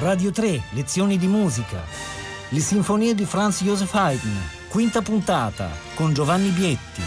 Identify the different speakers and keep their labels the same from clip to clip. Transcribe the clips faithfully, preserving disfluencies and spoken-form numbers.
Speaker 1: Radio tre, lezioni di musica. Le sinfonie di Franz Joseph Haydn, quinta puntata, con Giovanni Bietti.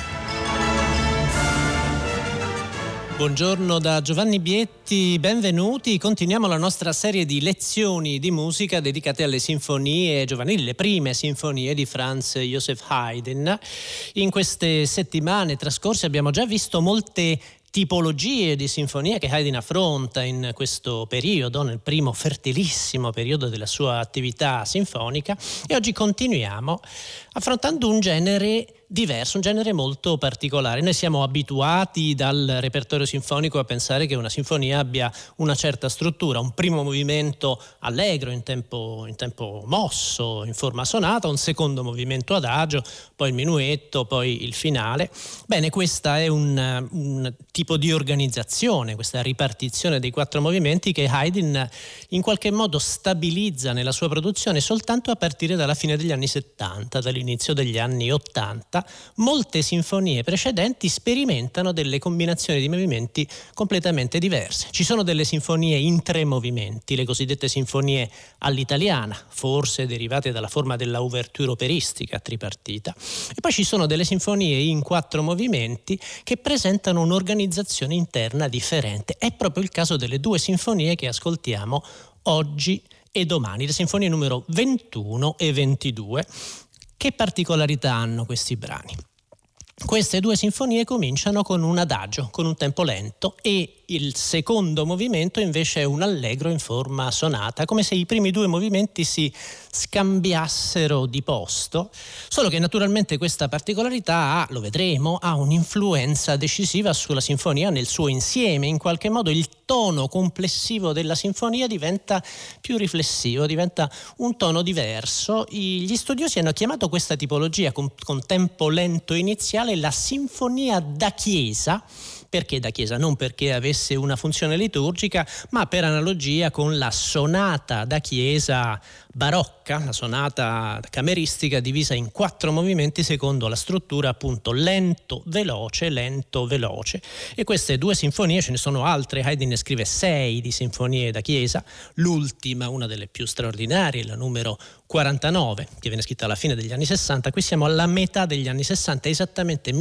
Speaker 2: Buongiorno da Giovanni Bietti, benvenuti. Continuiamo la nostra serie di lezioni di musica dedicate alle sinfonie giovanili, le prime sinfonie di Franz Joseph Haydn. In queste settimane trascorse abbiamo già visto molte tipologie di sinfonie che Haydn affronta in questo periodo, nel primo fertilissimo periodo della sua attività sinfonica, e oggi continuiamo affrontando un genere diverso, un genere molto particolare. Noi siamo abituati dal repertorio sinfonico a pensare che una sinfonia abbia una certa struttura, un primo movimento allegro in tempo, in tempo mosso, in forma sonata, un secondo movimento adagio, poi il minuetto, poi il finale. Bene, questa è un, un tipo di organizzazione, questa ripartizione dei quattro movimenti che Haydn in qualche modo stabilizza nella sua produzione soltanto a partire dalla fine degli anni settanta, dall'inizio degli anni ottanta. Molte sinfonie precedenti sperimentano delle combinazioni di movimenti completamente diverse. Ci sono delle sinfonie in tre movimenti, le cosiddette sinfonie all'italiana, forse derivate dalla forma della ouverture operistica tripartita, e poi ci sono delle sinfonie in quattro movimenti che presentano un'organizzazione interna differente. È proprio il caso delle due sinfonie che ascoltiamo oggi e domani, le sinfonie numero ventuno e ventidue. Che particolarità hanno questi brani? Queste due sinfonie cominciano con un adagio, con un tempo lento, e il secondo movimento invece è un allegro in forma sonata, come se i primi due movimenti si scambiassero di posto, solo che naturalmente questa particolarità ha, lo vedremo, ha un'influenza decisiva sulla sinfonia nel suo insieme. In qualche modo il tono complessivo della sinfonia diventa più riflessivo, diventa un tono diverso. Gli studiosi hanno chiamato questa tipologia con, con tempo lento iniziale la sinfonia da chiesa. Perché da chiesa? Non perché avesse una funzione liturgica, ma per analogia con la sonata da chiesa barocca, la sonata cameristica divisa in quattro movimenti secondo la struttura appunto lento, veloce, lento, veloce. E queste due sinfonie, ce ne sono altre, Haydn ne scrive sei di sinfonie da chiesa, l'ultima, una delle più straordinarie, la numero quarantanove, che viene scritta alla fine degli anni sessanta. Qui siamo alla metà degli anni sessanta, esattamente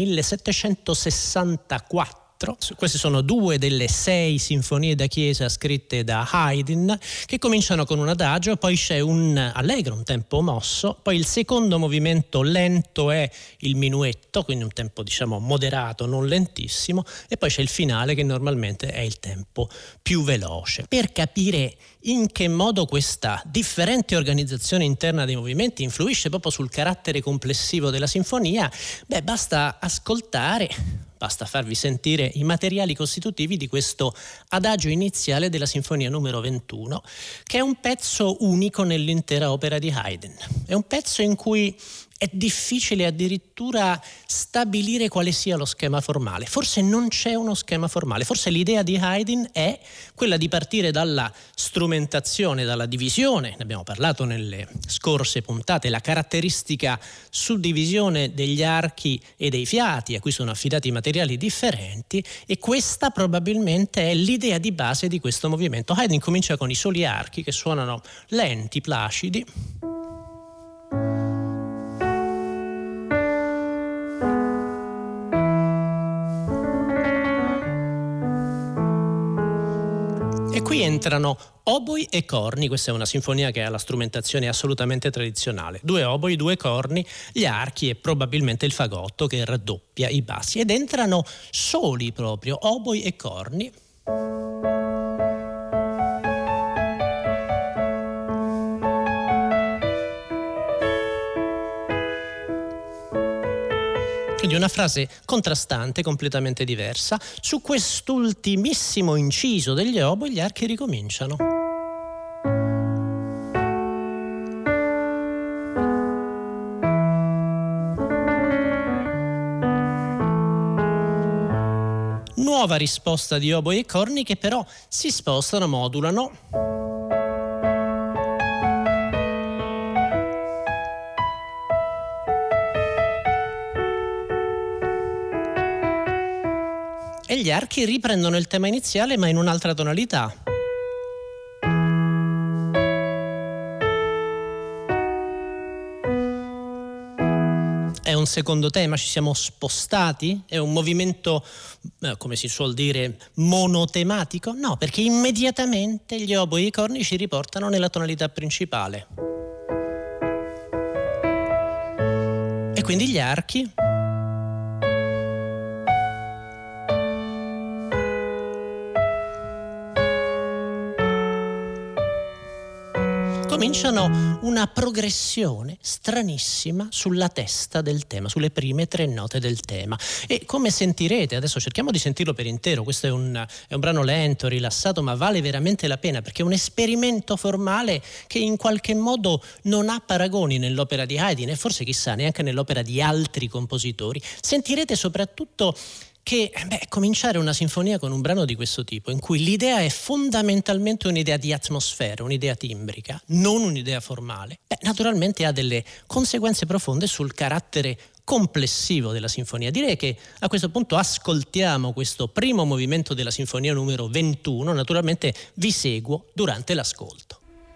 Speaker 2: millesettecentosessantaquattro. Queste sono due delle sei sinfonie da chiesa scritte da Haydn, che cominciano con un adagio, poi c'è un allegro, un tempo mosso, poi il secondo movimento lento è il minuetto, quindi un tempo diciamo moderato, non lentissimo, e poi c'è il finale che normalmente è il tempo più veloce. Per capire in che modo questa differente organizzazione interna dei movimenti influisce proprio sul carattere complessivo della sinfonia, beh, basta ascoltare Basta farvi sentire i materiali costitutivi di questo adagio iniziale della sinfonia numero ventuno, che è un pezzo unico nell'intera opera di Haydn. È un pezzo in cui è difficile addirittura stabilire quale sia lo schema formale. Forse non c'è uno schema formale, forse l'idea di Haydn è quella di partire dalla strumentazione, dalla divisione, ne abbiamo parlato nelle scorse puntate, la caratteristica suddivisione degli archi e dei fiati a cui sono affidati materiali differenti, e questa probabilmente è l'idea di base di questo movimento. Haydn comincia con i soli archi che suonano lenti, placidi, e qui entrano oboi e corni. Questa è una sinfonia che ha la strumentazione assolutamente tradizionale: due oboi, due corni, gli archi e probabilmente il fagotto che raddoppia i bassi, ed entrano soli proprio oboi e corni. Quindi una frase contrastante, completamente diversa. Su quest'ultimissimo inciso degli oboi gli archi ricominciano. Nuova risposta di oboi e corni che però si spostano, modulano. E gli archi riprendono il tema iniziale ma in un'altra tonalità. secondo tema, ci siamo spostati? È un movimento, eh, come si suol dire, monotematico? No, perché immediatamente gli oboi e i corni ci riportano nella tonalità principale. E quindi gli archi cominciano una progressione stranissima sulla testa del tema, sulle prime tre note del tema. E come sentirete, adesso cerchiamo di sentirlo per intero, questo è un, è un brano lento, rilassato, ma vale veramente la pena perché è un esperimento formale che in qualche modo non ha paragoni nell'opera di Haydn e forse chissà neanche nell'opera di altri compositori. Sentirete soprattutto che beh, cominciare una sinfonia con un brano di questo tipo, in cui l'idea è fondamentalmente un'idea di atmosfera, un'idea timbrica, non un'idea formale, beh, naturalmente ha delle conseguenze profonde sul carattere complessivo della sinfonia. Direi che a questo punto ascoltiamo questo primo movimento della sinfonia numero ventuno, naturalmente vi seguo durante l'ascolto.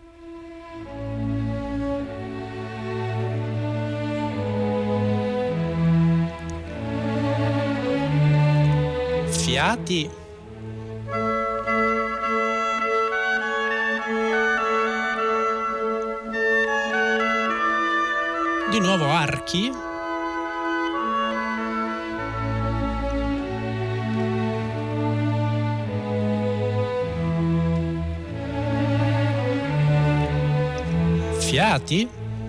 Speaker 2: Fiati, di nuovo archi, fiati,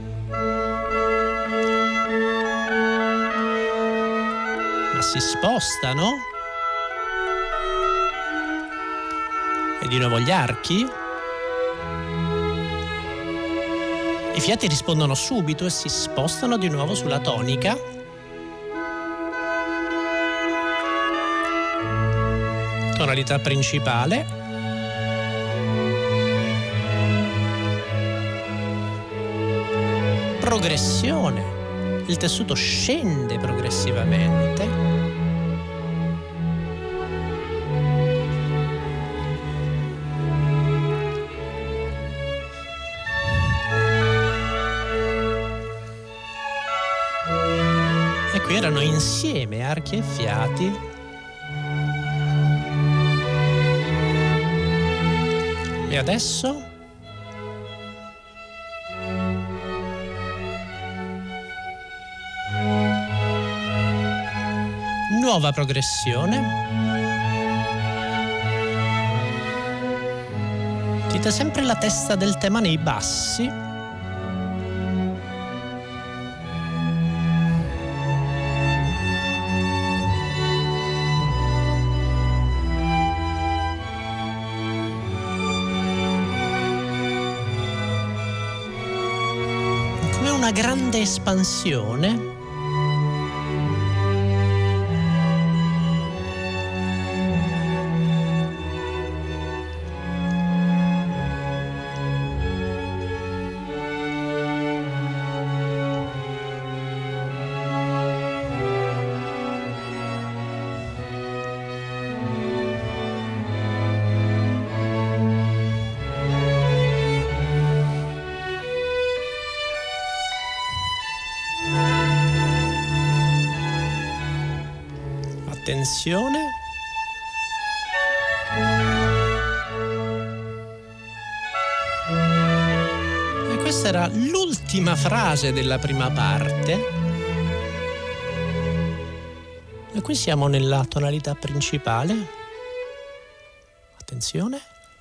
Speaker 2: ma si spostano. E di nuovo gli archi. I fiati rispondono subito e si spostano di nuovo sulla tonica. Tonalità principale. Progressione. Il tessuto scende progressivamente. Qui erano insieme archi e fiati. E adesso? Nuova progressione. Dite sempre la testa del tema nei bassi. Una grande espansione. Attenzione. E questa era l'ultima frase della prima parte. E qui siamo nella tonalità principale. Attenzione.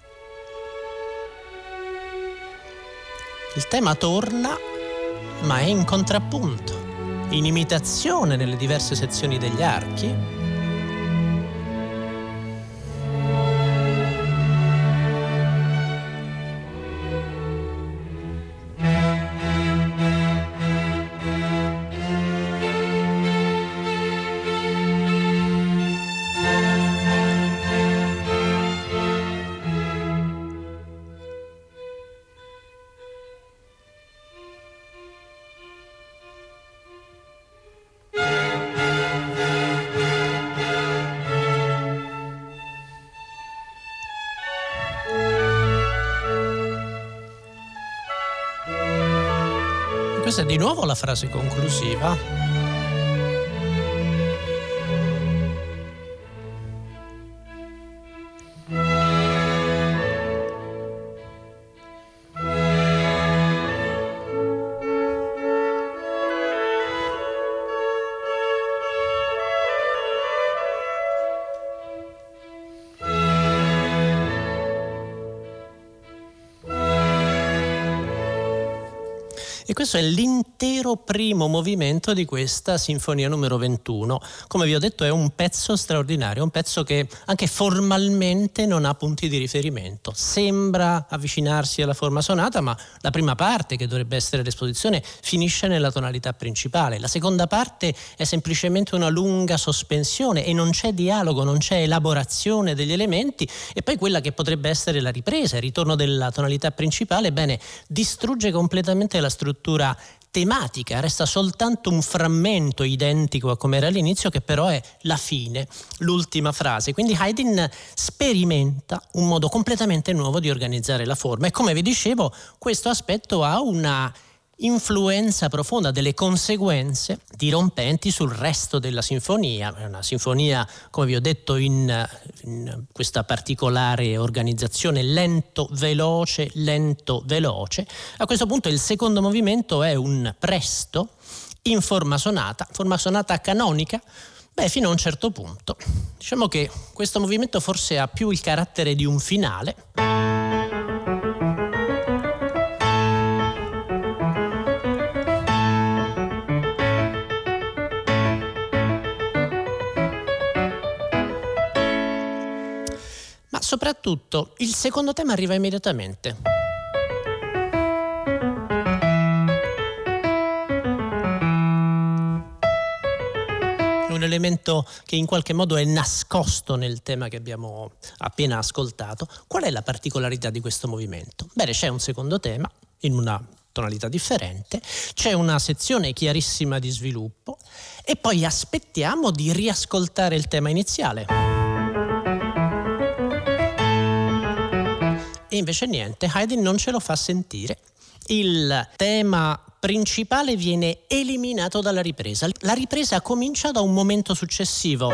Speaker 2: Il tema torna, ma è in contrappunto, in imitazione nelle diverse sezioni degli archi. Questa è di nuovo la frase conclusiva. E questo è l'intero primo movimento di questa sinfonia numero ventuno. Come vi ho detto, è un pezzo straordinario, un pezzo che anche formalmente non ha punti di riferimento. Sembra avvicinarsi alla forma sonata, ma la prima parte, che dovrebbe essere l'esposizione, finisce nella tonalità principale. La seconda parte è semplicemente una lunga sospensione e non c'è dialogo, non c'è elaborazione degli elementi. E poi quella che potrebbe essere la ripresa, il ritorno della tonalità principale, bene, distrugge completamente la struttura tematica, resta soltanto un frammento identico a come era all'inizio, che però è la fine, l'ultima frase. Quindi Haydn sperimenta un modo completamente nuovo di organizzare la forma, e come vi dicevo questo aspetto ha una influenza profonda, delle conseguenze dirompenti sul resto della sinfonia. È una sinfonia, come vi ho detto, in, in questa particolare organizzazione lento veloce, lento veloce. A questo punto il secondo movimento è un presto in forma sonata, forma sonata canonica. Beh, fino a un certo punto. Diciamo che questo movimento forse ha più il carattere di un finale. Soprattutto il secondo tema arriva immediatamente. È un elemento che in qualche modo è nascosto nel tema che abbiamo appena ascoltato. Qual è la particolarità di questo movimento? Bene, c'è un secondo tema in una tonalità differente, c'è una sezione chiarissima di sviluppo e poi aspettiamo di riascoltare il tema iniziale. E invece niente, Haydn non ce lo fa sentire. Il tema principale viene eliminato dalla ripresa. La ripresa comincia da un momento successivo.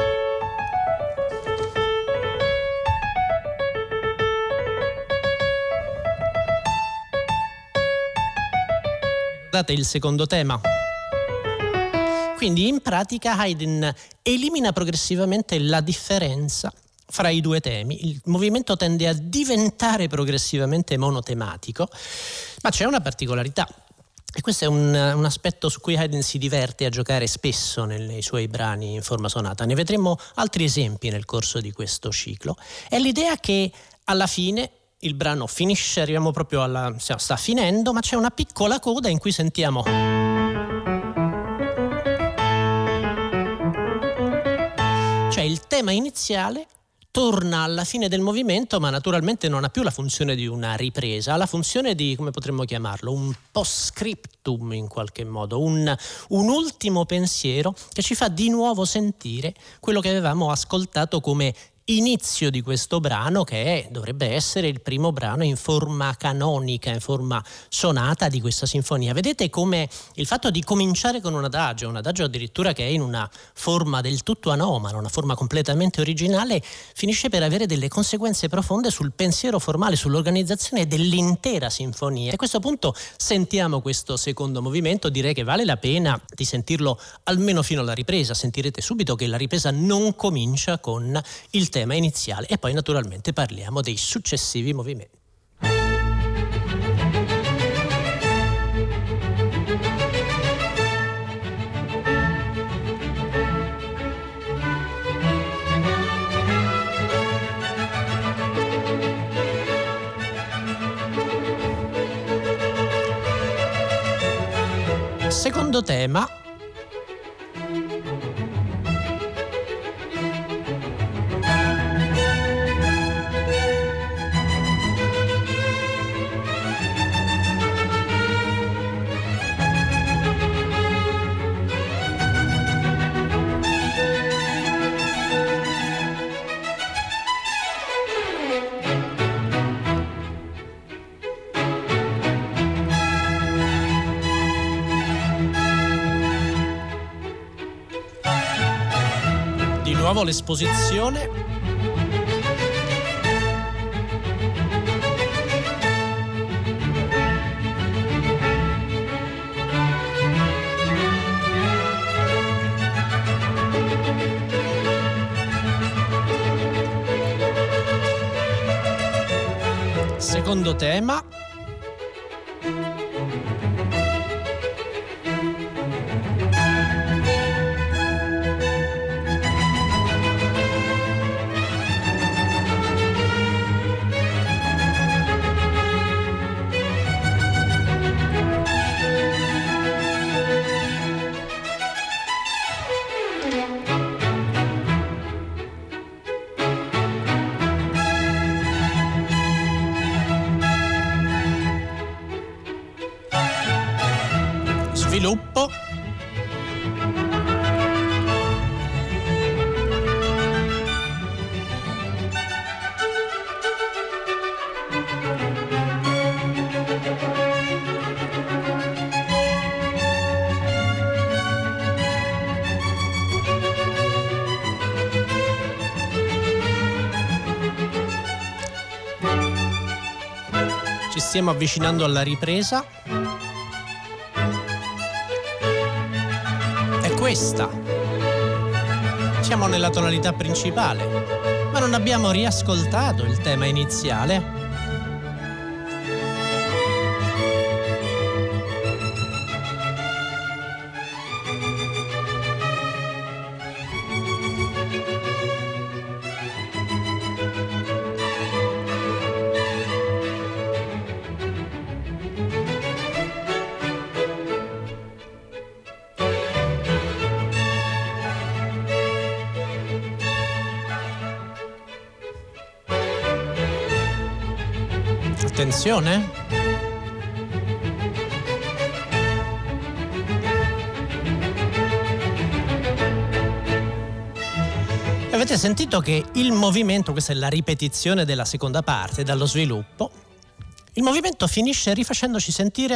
Speaker 2: Guardate il secondo tema. Quindi in pratica Haydn elimina progressivamente la differenza fra i due temi. Il movimento tende a diventare progressivamente monotematico, ma c'è una particolarità, e questo è un, un aspetto su cui Haydn si diverte a giocare spesso nei suoi brani in forma sonata. Ne vedremo altri esempi nel corso di questo ciclo. È l'idea che alla fine il brano finisce, arriviamo proprio alla, sta finendo, ma c'è una piccola coda in cui sentiamo cioè il tema iniziale torna alla fine del movimento, ma naturalmente non ha più la funzione di una ripresa, ha la funzione di, come potremmo chiamarlo, un post-scriptum in qualche modo, un, un ultimo pensiero che ci fa di nuovo sentire quello che avevamo ascoltato come inizio di questo brano, che è, dovrebbe essere il primo brano in forma canonica, in forma sonata di questa sinfonia. Vedete come il fatto di cominciare con un adagio, un adagio addirittura che è in una forma del tutto anomala, una forma completamente originale, finisce per avere delle conseguenze profonde sul pensiero formale, sull'organizzazione dell'intera sinfonia. E a questo punto sentiamo questo secondo movimento. Direi che vale la pena di sentirlo almeno fino alla ripresa. Sentirete subito che la ripresa non comincia con il tema iniziale, e poi naturalmente parliamo dei successivi movimenti. Secondo tema. Di nuovo l'esposizione. Secondo tema. sviluppo. Ci stiamo avvicinando alla ripresa. È questa. Siamo nella tonalità principale, ma non abbiamo riascoltato il tema iniziale. Attenzione. Avete sentito che il movimento, questa è la ripetizione della seconda parte, dallo sviluppo, il movimento finisce rifacendoci sentire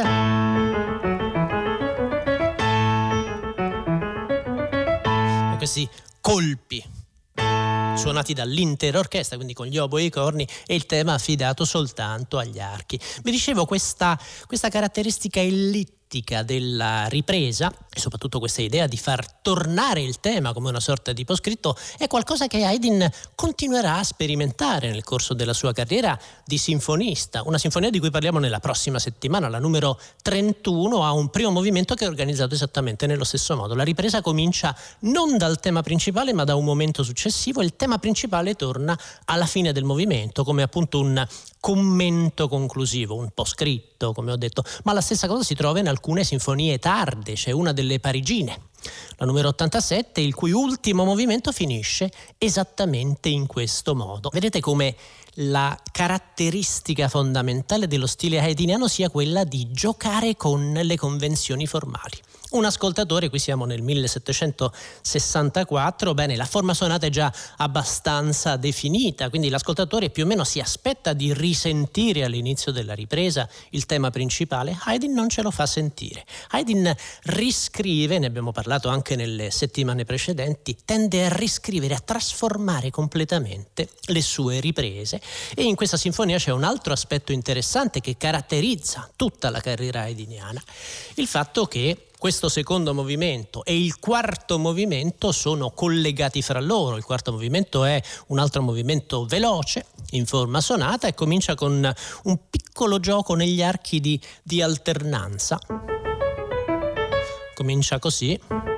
Speaker 2: questi colpi suonati dall'intera orchestra, quindi con gli oboi e i corni, e il tema affidato soltanto agli archi. Vi dicevo, questa, questa caratteristica ellittica della ripresa e soprattutto questa idea di far tornare il tema come una sorta di poscritto è qualcosa che Haydn continuerà a sperimentare nel corso della sua carriera di sinfonista. Una sinfonia di cui parliamo nella prossima settimana, la numero trentuno, ha un primo movimento che è organizzato esattamente nello stesso modo. La ripresa comincia non dal tema principale ma da un momento successivo, e il tema principale torna alla fine del movimento come appunto un commento conclusivo, un poscritto, come ho detto. Ma la stessa cosa si trova in alcune sinfonie tarde. C'è una delle Parigine, la numero ottantasette, il cui ultimo movimento finisce esattamente in questo modo. Vedete come la caratteristica fondamentale dello stile haydniano sia quella di giocare con le convenzioni formali. Un ascoltatore, qui siamo nel millesettecentosessantaquattro, bene, la forma sonata è già abbastanza definita, quindi l'ascoltatore più o meno si aspetta di risentire all'inizio della ripresa il tema principale. Haydn non ce lo fa sentire. Haydn riscrive, ne abbiamo parlato anche nelle settimane precedenti, tende a riscrivere, a trasformare completamente le sue riprese, e in questa sinfonia c'è un altro aspetto interessante che caratterizza tutta la carriera haydniana, il fatto che questo secondo movimento e il quarto movimento sono collegati fra loro. Il quarto movimento è un altro movimento veloce, in forma sonata, e comincia con un piccolo gioco negli archi di, di alternanza. Comincia così,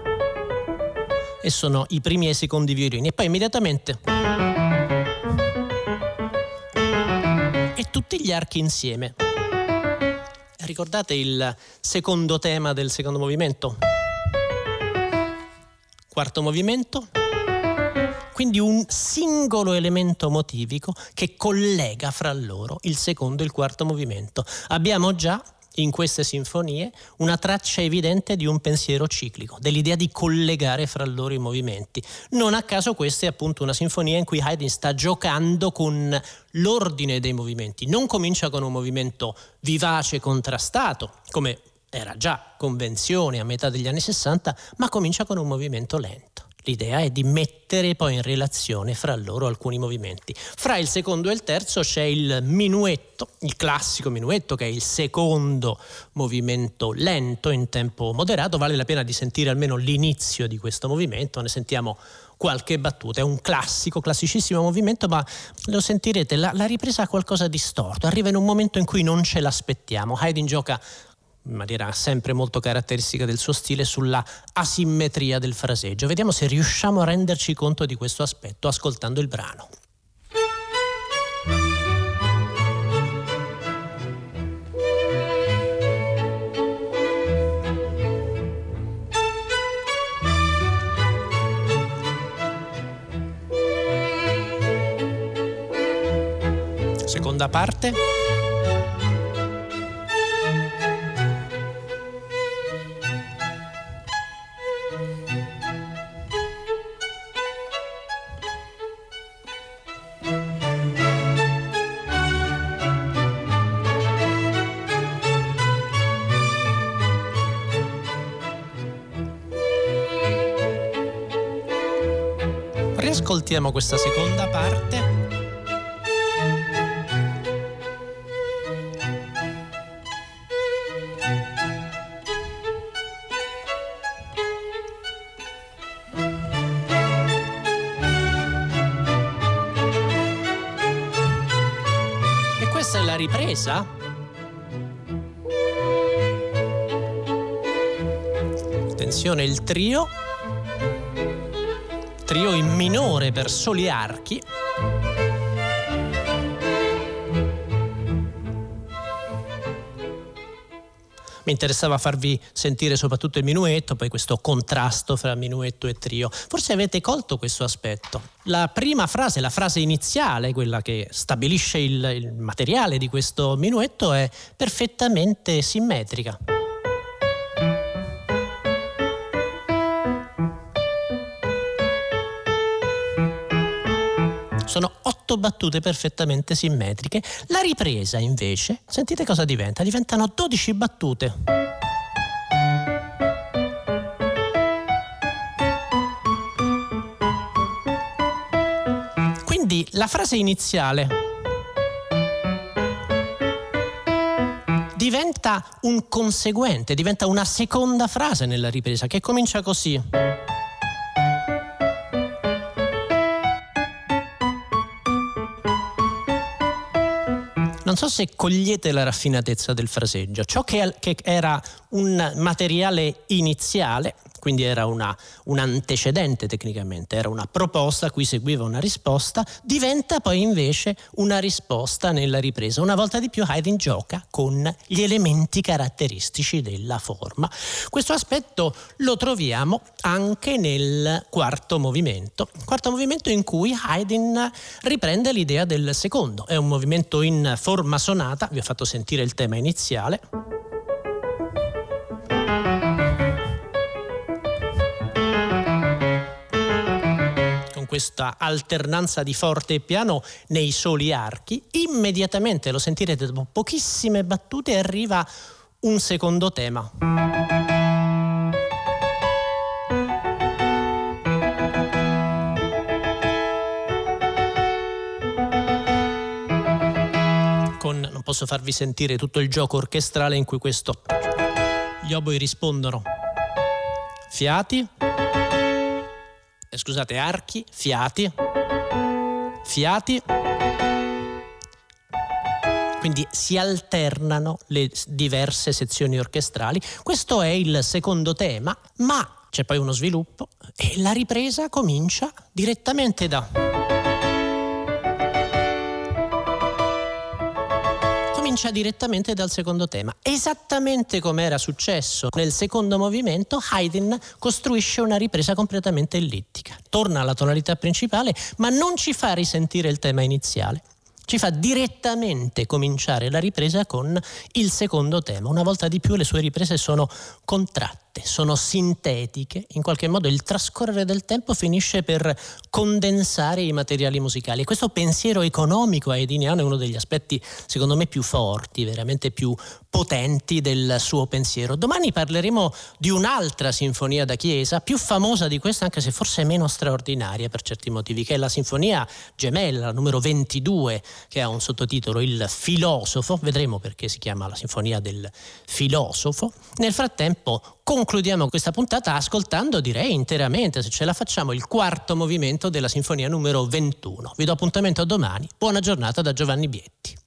Speaker 2: e sono i primi e i secondi violini, e poi immediatamente e tutti gli archi insieme. Ricordate il secondo tema del secondo movimento? Quarto movimento, quindi un singolo elemento motivico che collega fra loro il secondo e il quarto movimento. Abbiamo già in queste sinfonie una traccia evidente di un pensiero ciclico, dell'idea di collegare fra loro i movimenti. Non a caso questa è appunto una sinfonia in cui Haydn sta giocando con l'ordine dei movimenti. Non comincia con un movimento vivace, contrastato, come era già convenzione a metà degli anni sessanta, ma comincia con un movimento lento. L'idea è di mettere poi in relazione fra loro alcuni movimenti. Fra il secondo e il terzo c'è il minuetto, il classico minuetto, che è il secondo movimento lento in tempo moderato. Vale la pena di sentire almeno l'inizio di questo movimento, ne sentiamo qualche battuta. È un classico, classicissimo movimento, ma lo sentirete, la, la ripresa ha qualcosa di storto, arriva in un momento in cui non ce l'aspettiamo. Haydn gioca in maniera sempre molto caratteristica del suo stile sulla asimmetria del fraseggio. Vediamo se riusciamo a renderci conto di questo aspetto ascoltando il brano. Seconda parte. Ascoltiamo questa seconda parte. E questa è la ripresa. Attenzione, il trio. Trio in minore per soli archi. Mi interessava farvi sentire soprattutto il minuetto, poi questo contrasto fra minuetto e trio. Forse avete colto questo aspetto. La prima frase, la frase iniziale, quella che stabilisce il, il materiale di questo minuetto, è perfettamente simmetrica. Sono otto battute perfettamente simmetriche. La ripresa, invece, sentite cosa diventa? Diventano dodici battute. Quindi la frase iniziale diventa un conseguente, diventa una seconda frase nella ripresa che comincia così. Non so se cogliete la raffinatezza del fraseggio. Ciò che, che era un materiale iniziale, quindi era una, un antecedente tecnicamente, era una proposta a cui seguiva una risposta, diventa poi invece una risposta nella ripresa. Una volta di più Haydn gioca con gli elementi caratteristici della forma. Questo aspetto lo troviamo anche nel quarto movimento, quarto movimento in cui Haydn riprende l'idea del secondo. È un movimento in forma sonata, vi ho fatto sentire il tema iniziale. Questa alternanza di forte e piano nei soli archi, immediatamente, lo sentirete dopo pochissime battute, arriva un secondo tema. Con, non posso farvi sentire tutto il gioco orchestrale in cui questo, gli oboi rispondono fiati, scusate, archi, fiati, fiati, quindi si alternano le diverse sezioni orchestrali. Questo è il secondo tema, ma c'è poi uno sviluppo e la ripresa comincia direttamente da... comincia direttamente dal secondo tema. Esattamente come era successo nel secondo movimento, Haydn costruisce una ripresa completamente ellittica. Torna alla tonalità principale, ma non ci fa risentire il tema iniziale. Ci fa direttamente cominciare la ripresa con il secondo tema. Una volta di più le sue riprese sono contratte, sono sintetiche. In qualche modo il trascorrere del tempo finisce per condensare i materiali musicali. Questo pensiero economico haydniano è uno degli aspetti, secondo me, più forti, veramente più potenti del suo pensiero. Domani parleremo di un'altra sinfonia da chiesa, più famosa di questa, anche se forse meno straordinaria per certi motivi, che è la sinfonia gemella, numero ventidue, che ha un sottotitolo Il filosofo. Vedremo perché si chiama la sinfonia del filosofo. Nel frattempo concludiamo questa puntata ascoltando, direi interamente, se ce la facciamo, il quarto movimento della sinfonia numero ventuno. Vi do appuntamento a domani. Buona giornata da Giovanni Bietti.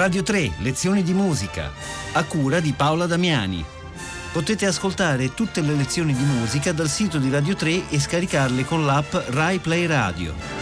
Speaker 1: Radio tre, lezioni di musica, a cura di Paola Damiani. Potete ascoltare tutte le lezioni di musica dal sito di Radio tre e scaricarle con l'app Rai Play Radio.